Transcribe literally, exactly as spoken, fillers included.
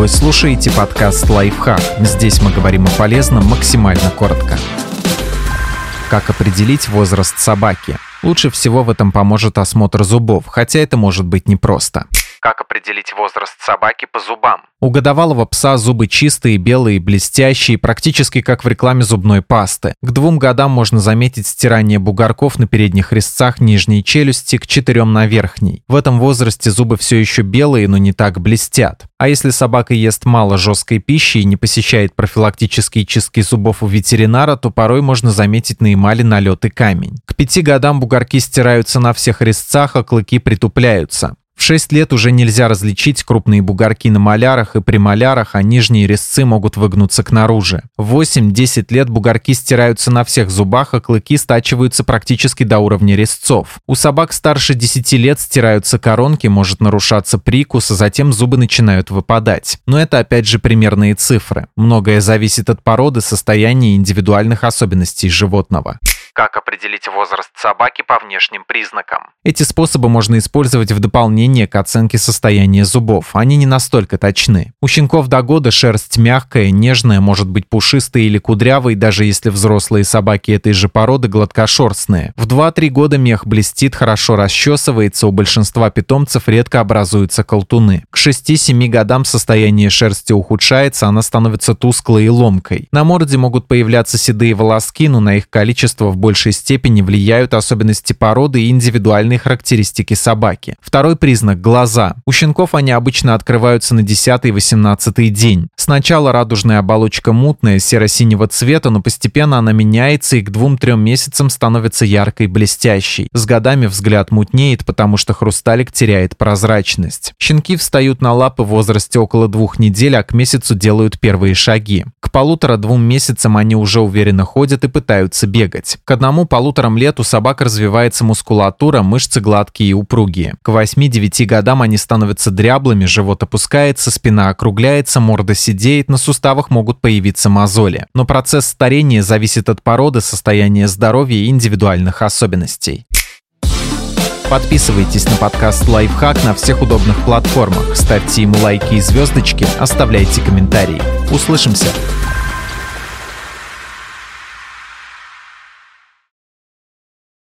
Вы слушаете подкаст «Лайфхак». Здесь мы говорим о полезном максимально коротко. Как определить возраст собаки? Лучше всего в этом поможет осмотр зубов, хотя это может быть непросто. Как определить возраст собаки по зубам? У годовалого пса зубы чистые, белые, блестящие, практически как в рекламе зубной пасты. К двум годам можно заметить стирание бугорков на передних резцах нижней челюсти, к четырем на верхней. В этом возрасте зубы все еще белые, но не так блестят. А если собака ест мало жесткой пищи и не посещает профилактические чистки зубов у ветеринара, то порой можно заметить на эмали налет и камень. К пяти годам бугорки стираются на всех резцах, а клыки притупляются. В шесть лет уже нельзя различить крупные бугорки на малярах и премолярах, а нижние резцы могут выгнуться к наружу. В восемь-десять лет бугорки стираются на всех зубах, а клыки стачиваются практически до уровня резцов. У собак старше десяти лет стираются коронки, может нарушаться прикус, а затем зубы начинают выпадать. Но это опять же примерные цифры. Многое зависит от породы, состояния и индивидуальных особенностей животного. Как определить возраст собаки по внешним признакам? Эти способы можно использовать в дополнение к оценке состояния зубов. Они не настолько точны. У щенков до года шерсть мягкая, нежная, может быть пушистой или кудрявой, даже если взрослые собаки этой же породы гладкошерстные. В два-три года мех блестит, хорошо расчесывается, у большинства питомцев редко образуются колтуны. К шести-семи годам состояние шерсти ухудшается, она становится тусклой и ломкой. На морде могут появляться седые волоски, но на их количество в большей степени влияют особенности породы и индивидуальные характеристики собаки. Второй признак – глаза. У щенков они обычно открываются на десятый-восемнадцатый день. Сначала радужная оболочка мутная, серо-синего цвета, но постепенно она меняется и к двум-трем месяцам становится яркой, блестящей. С годами взгляд мутнеет, потому что хрусталик теряет прозрачность. Щенки встают на лапы в возрасте около двух недель, а к месяцу делают первые шаги. К полутора-двум месяцам они уже уверенно ходят и пытаются бегать. К одному-полуторам лет у собак развивается мускулатура, мышцы гладкие и упругие. К восьми-девяти годам они становятся дряблыми, живот опускается, спина округляется, морда сидеет, на суставах могут появиться мозоли. Но процесс старения зависит от породы, состояния здоровья и индивидуальных особенностей. Подписывайтесь на подкаст «Лайфхак» на всех удобных платформах, ставьте ему лайки и звездочки, оставляйте комментарии. Услышимся!